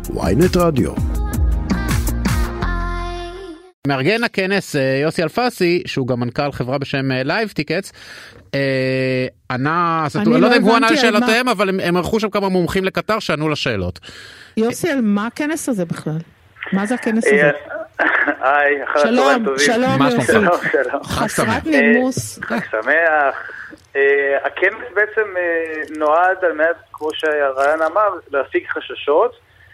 ynet רדיו. מארגן הכנס יוסי אלפסי, שהוא גם מנכ"ל חברה בשם לייב טיקטס, ענה, לא יודע אם הוא ענה לשאלותיהם, אבל הם ערכו שם כמה מומחים לקטר שענו לשאלות. יוסי, על מה הכנס הזה בכלל? מה זה הכנס הזה? היי, אחרי הצהריים טובים. שלום יוסי. חסרת נימוס. חג שמח. הכנס בעצם נועד על מנת, כמו שהרעיון אמר, להפיג חששות.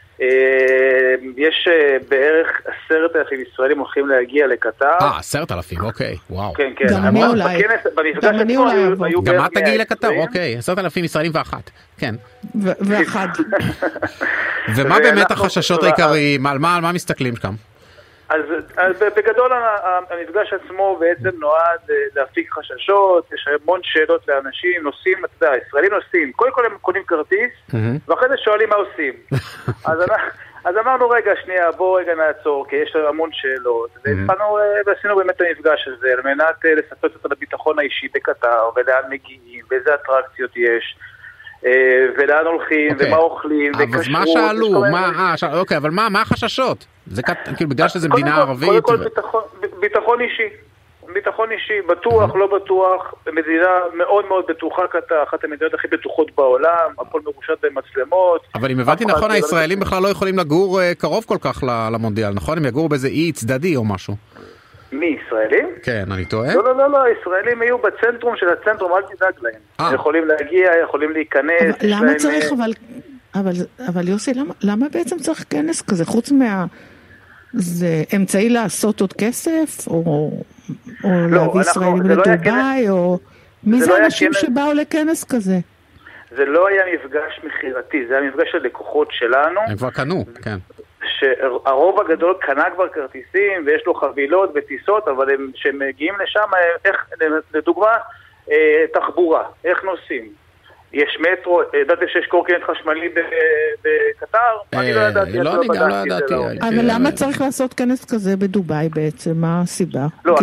יש בערך 10,000 ישראלים הולכים להגיע לקטר. 10,000, אוקיי, וואו. כן, כן. גם אני אולי. גם אני אולי. גם את תגיעי לקטר, אוקיי. 10,000 ישראלים ואחת. כן. ואחד. ומה באמת החששות העיקריים? על מה מסתכלים שם? אז בגדול המפגש עצמו בעצם נועד להפיק חששות, יש המון שאלות לאנשים, נוסעים, אתה יודע, ישראלים נוסעים, קודם כל הם קונים כרטיס, ואחרי זה שואלים מה עושים. אז אמרנו רגע, שנייה, בואו רגע נעצור, כי יש המון שאלות, ועשינו באמת המפגש הזה, על מנת לספר קצת על הביטחון האישי בקטר, ולאן מגיעים, ואיזה אטרקציות יש, ולאן הולכים, ומה אוכלים, וכשרות. אז מה שאלו? אוקיי, אבל מה החששות? זה כאילו בגלל שזה מדינה ערבית? קודם כל ביטחון אישי. ביטחון אישי, בטוח, לא בטוח, מדינה מאוד מאוד בטוחה, אחת המדינות הכי בטוחות בעולם, הכל מרושת במצלמות. אבל אם הבנתי נכון, הישראלים בכלל לא יכולים לגור קרוב כל כך למונדיאל, נכון? הם יגורו באיזה אי צדדי או משהו. מי, ישראלים? כן, אני טועה? לא, ישראלים יהיו בצנטרום של הצנטרום, אל תדאג להם. הם יכולים להגיע, יכולים להיכנס. למה צריך, אבל יוסי, למה בעצם צריך כנס כזה? חוץ זה אמצעי לעשות עוד כסף, או להביא ישראלים לדוביי, או מי זה אנשים שבאו לכנס כזה? זה לא היה מפגש מחירתי, זה היה מפגש של לקוחות שלנו. הם כבר קנו, כן. שהרוב הגדול קנה כבר כרטיסים, ויש לו חבילות וטיסות, אבל כשהם מגיעים לשם, לדוגמה, תחבורה, איך נוסעים? יש מטרו, ידעתם שיש קורקינט חשמלי בקטר? אני לא ידעתי. לא, אני גם לא ידעתי. אבל למה צריך לעשות כנס כזה בדוביי בעצם? מה הסיבה? לא,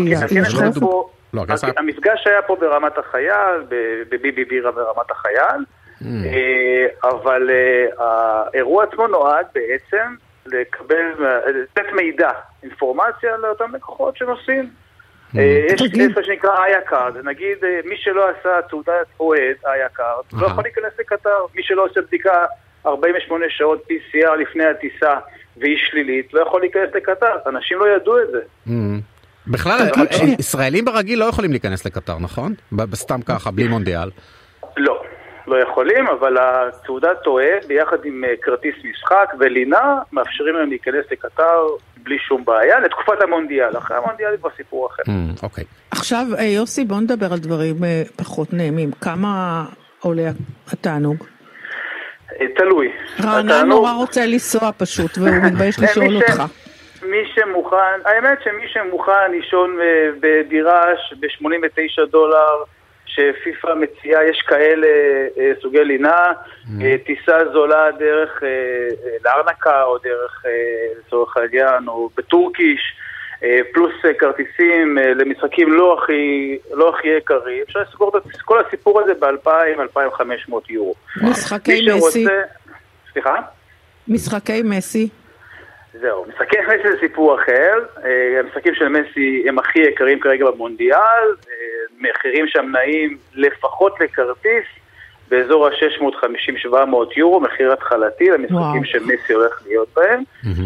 המפגש היה פה ברמת החייל, בביבי בירה ברמת החייל, אבל האירוע עצמו נועד בעצם לתת מידע, אינפורמציה לאותם לקוחות שנוסעים. יש מה שנקרא איי-קארד, נגיד מי שלא עשה תעודת אוהד איי-קארד לא יכול להיכנס לקטר, מי שלא עושה בדיקה 48 שעות PCR לפני הטיסה והיא שלילית לא יכול להיכנס לקטר, אנשים לא ידעו את זה. בכלל ישראלים ברגיל לא יכולים להיכנס לקטר, נכון? בסתם ככה, בלי מונדיאל. לא יכולים, אבל התעודת אוהד ביחד עם כרטיס משחק ולינה מאפשרים להם להיכנס לקטר בלי שום בעיה, לתקופת המונדיאל. אחרי המונדיאל כבר סיפור אחר. אוקיי. עכשיו, יוסי, בוא נדבר על דברים פחות נעימים. כמה עולה התענוג? תלוי. רענן נורא רוצה לנסוע פשוט, והוא מתבייש לשאול אותך. מי שמוכן, האמת שמי שמוכן לישון בדירה ב$89, שפיפה מציעה, יש כאלה סוגי לינה, טיסה זולה דרך לארנקה או דרך לצורך העניין או בטורקיש, פלוס כרטיסים למשחקים לא הכי יקרים. אפשר לסגור את כל הסיפור הזה ב$2,000-2,500 יורו. משחקי מסי? סליחה? משחקי מסי? זהו, משחקי מסי זה סיפור אחר. המשחקים של מסי הם הכי יקרים כרגע במונדיאל, מחירים שם נעים לפחות לכרטיס באזור ה-650-700 יורו, מחיר התחלתי למשחקים שמסי הולך להיות בהם.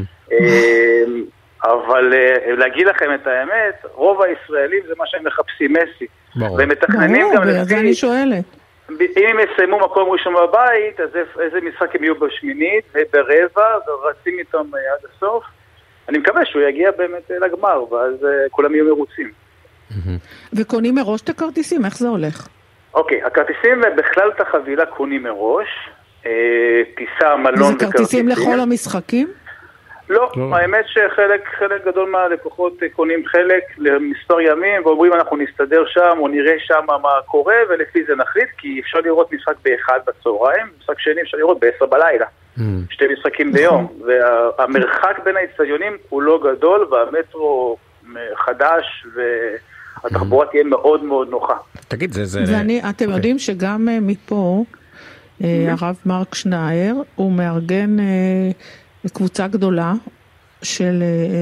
אבל להגיד לכם את האמת, רוב הישראלים זה מה שהם מחפשים מסי. והם מתכננים גם לפי... אני שואלת. אם הם יסיימו מקום ראשון בבית, אז איזה משחק הם יהיו בשמינית, ברבע, ורצים איתם עד הסוף. אני מקווה שהוא יגיע באמת לגמר, ואז כולם יהיו מרוצים. וקונים מראש את הכרטיסים, איך זה הולך? אוקיי, הכרטיסים בכלל את החבילה קונים מראש, טיסה, מלון וכרטיסים. וזה כרטיסים לכל המשחקים? לא, האמת שחלק גדול מהלקוחות קונים חלק למספר ימים, ואומרים אנחנו נסתדר שם, או נראה שם מה קורה, ולפי זה נחליט, כי אפשר לראות משחק ב-1 בצהריים, משחק שני אפשר לראות ב-10 בלילה. 2 משחקים ביום, והמרחק בין האצטדיונים הוא לא גדול, והמטרו חדש, והתחבורה תהיה מאוד מאוד נוחה. תגיד, זה... אתם יודעים שגם מפה, הרב מרק שנייר, הוא מארגן קבוצה גדולה של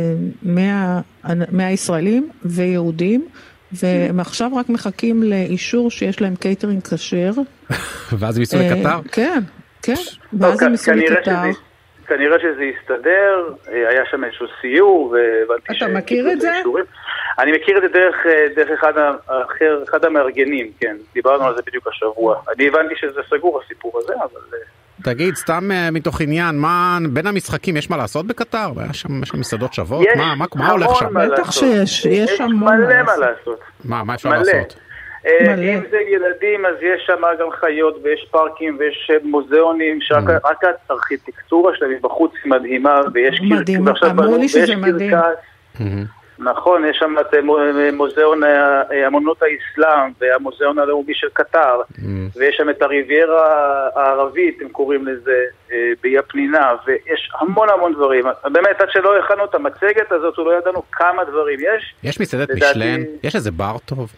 100 ישראלים ויהודים, והם עכשיו רק מחכים לאישור שיש להם קייטרינג כשר. ואז הם ייסעו לקטר? כן, כן, ואז הם ייסעו לקטר. כנראה שזה יסתדר, היה שם איזשהו סיור, אתה מכיר את זה? אני מכיר את זה דרך אחד המארגנים, כן, דיברנו על זה בדיוק השבוע. אני הבנתי שזה סגור הסיפור הזה, אבל... תגיד, סתם מתוך עניין, מה, בין המשחקים יש מה לעשות בקטר? יש שם מסעדות שוות? מה הולך שם? בטח שיש, יש המון מה לעשות. מה אפשר לעשות? אם זה ילדים, אז יש שם גם חיות, ויש פארקים, ויש מוזיאונים, שרק הארכיטקטורה שלהם בחוץ מדהימה, ויש מדהים, אמרו לי שזה מדהים. נכון, יש שם את מוזיאון אמנות האסלאם, והמוזיאון הלאומי של קטר, ויש שם את הריביירה הערבית, הם קוראים לזה, באי הפנינה, ויש המון המון דברים. באמת, עד שלא הכנו את המצגת הזאת, לא ידענו כמה דברים יש. יש מסעדת משלן? יש איזה בר טוב?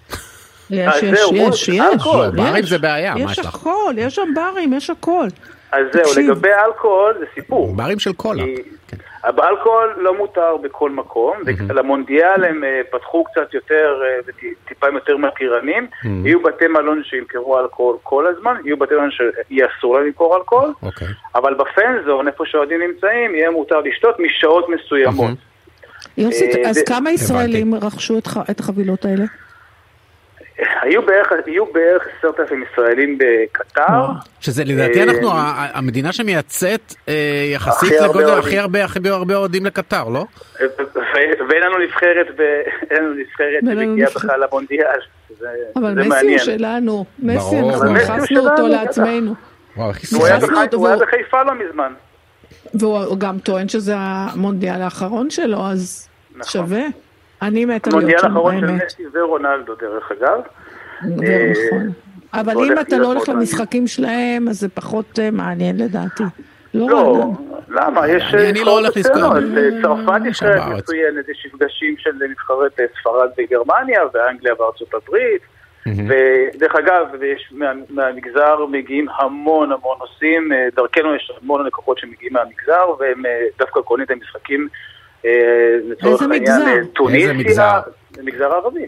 יש. ברים זה בעיה, מה יש לך? יש הכל, יש שם ברים, יש הכל. אז זהו, לגבי אלכוהול זה סיפור. ברים של קולה. האלכוהול לא מותר בכל מקום, למונדיאל הם פתחו קצת יותר, טיפה יותר מתירנים, יהיו בתי מלון שימכרו אלכוהול כל הזמן, יהיו בתי מלון שיאסור להם למכור אלכוהול, אבל בפנזון, איפה שהעודים נמצאים, יהיה מותר לשתות משעות מסוימות. יוסי, אז כמה ישראלים רכשו את החבילות האלה? היו בערך 10,000 ישראלים בקטר. שזה לדעתי אנחנו המדינה שמייצאת יחסית לגודל הכי הרבה אוהדים לקטר, לא? ואין לנו נבחרת שמגיעה בכלל למונדיאל. אבל מסי הוא שלנו, מסי אנחנו נכנסנו אותו לעצמנו. הוא היה בחיפה לא מזמן. והוא גם טוען שזה המונדיאל האחרון שלו, אז שווה. אני מתה להיות שם, המונדיאל האחרון של מסי ורונלדו דרך אגב. נכון. אבל אם אתה לא הולך למשחקים שלהם, אז זה פחות מעניין לדעתי. לא, למה? אני לא הולך לזכור. צרפת ישראל מצוינת, יש מפגשים של נבחרת ספרד וגרמניה, ואנגליה וארצות הברית, ודרך אגב, מהמגזר מגיעים המון נושאים, דרכנו יש המון לקוחות שמגיעים מהמגזר, והם דווקא קונים את המשחקים לצורך העניין טוניסיה, מגזר ערבי.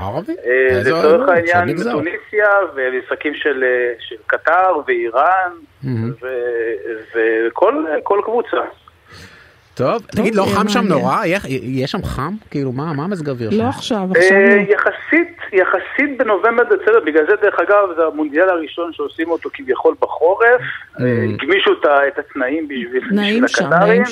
לצורך העניין טוניסיה ומשחקים של קטר ואיראן וכל קבוצה. טוב, תגיד, לא חם שם נורא? יש שם חם? כאילו, מה מזג האוויר שם? לא עכשיו. יחסית בנובמבר דצמבר, בגלל זה דרך אגב זה המונדיאל הראשון שעושים אותו כביכול בחורף, גמישו את התנאים בשביל הקטרים.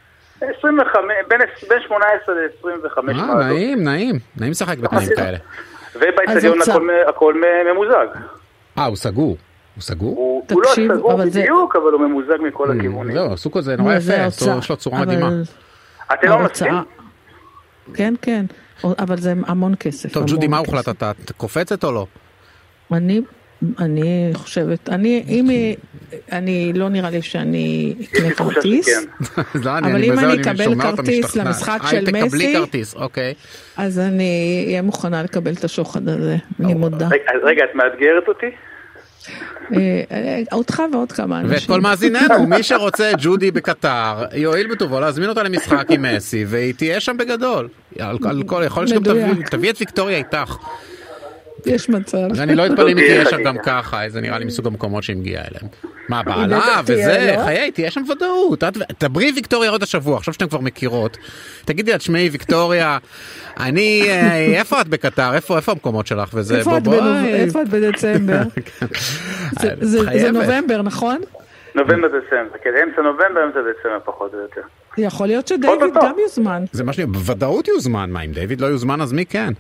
בין 18 ל-25 מעלות. נעים לשחק בתנאים כאלה. ובאצטדיון הכל ממוזג. הוא סגור. הוא סגור? הוא לא סגור בדיוק, אבל הוא ממוזג מכל הכיוונים. זהו, עשו כזה נורא יפה, יש לו צורה מדהימה. אתם לא מסכים? כן, אבל זה המון כסף. טוב, ג'ודי, מה הוחלט? אתה קופצת או לא? אני חושבת, אני לא נראה לי שאני אקנה כרטיס, אבל אם אני אקבל כרטיס למשחק של מסי, אז אני אהיה מוכנה לקבל את השוחד הזה, אני מודה. רגע, את מאתגרת אותי? אותך ועוד כמה אנשים. ואת כל מאזיננו, מי שרוצה ג'ודי בקטר, יועיל בטובו להזמין אותה למשחק עם מסי, והיא תהיה שם בגדול. יכול להיות שגם תביא את ויקטוריה איתך. יש מצב. אני לא אתפלא אם היא תהיה שם גם ככה, זה נראה לי מסוג המקומות שהיא מגיעה אליהם. מה, בעלה וזה, חיי, תהיה שם ודאות. דברי ויקטוריה עוד השבוע, עכשיו שאתם כבר מכירות. תגידי, את שמי ויקטוריה, איפה את בקטר? איפה המקומות שלך וזה? איפה את בדצמבר? זה נובמבר, נכון? נובמבר דצמבר, כן, אמצע נובמבר, אמצע דצמבר פחות או יותר. יכול להיות שדיוויד גם יוזמן. זה מה בוודאות יוזמן, מה אם דיוויד לא יוזמן אז מי כן?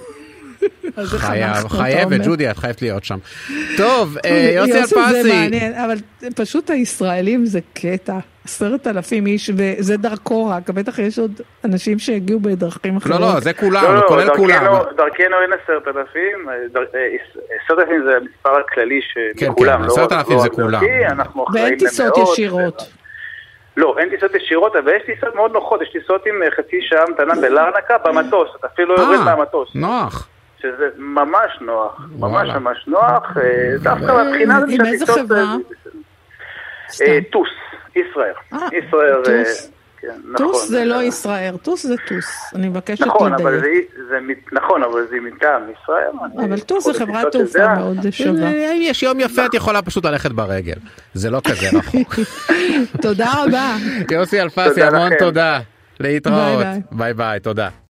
חייב וג'ודי, את חייבת להיות שם. טוב, יוסי אלפסי. זה מעניין, אבל פשוט הישראלים זה קטע. 10,000 איש, וזה דרכו רק. בטח יש עוד אנשים שהגיעו בדרכים אחרות. לא, זה כולם, כולל כולם. דרכנו אין 10,000. 10,000 זה המספר הכללי מכולם. 10,000 זה כולם. ואין טיסות ישירות. לא, אין טיסות ישירות, אבל יש טיסות מאוד נוחות. יש טיסות עם חצי שעה המתנה בלרנקה במטוס. אתה אפילו לא יורד מהמטוס. נוח. שזה ממש נוח, ממש נוח, דווקא מבחינה עם איזה חברה? טוס, ישראייר. טוס. טוס זה לא ישראל, טוס זה טוס. אני מבקשת לדייק. נכון, אבל זה מטעם ישראל. אבל טוס זה חברת תעופה מאוד שווה. אם יש יום יפה, את יכולה פשוט ללכת ברגל. זה לא כזה רחוק. תודה רבה. יוסי אלפסי, המון תודה. להתראות. ביי ביי, תודה.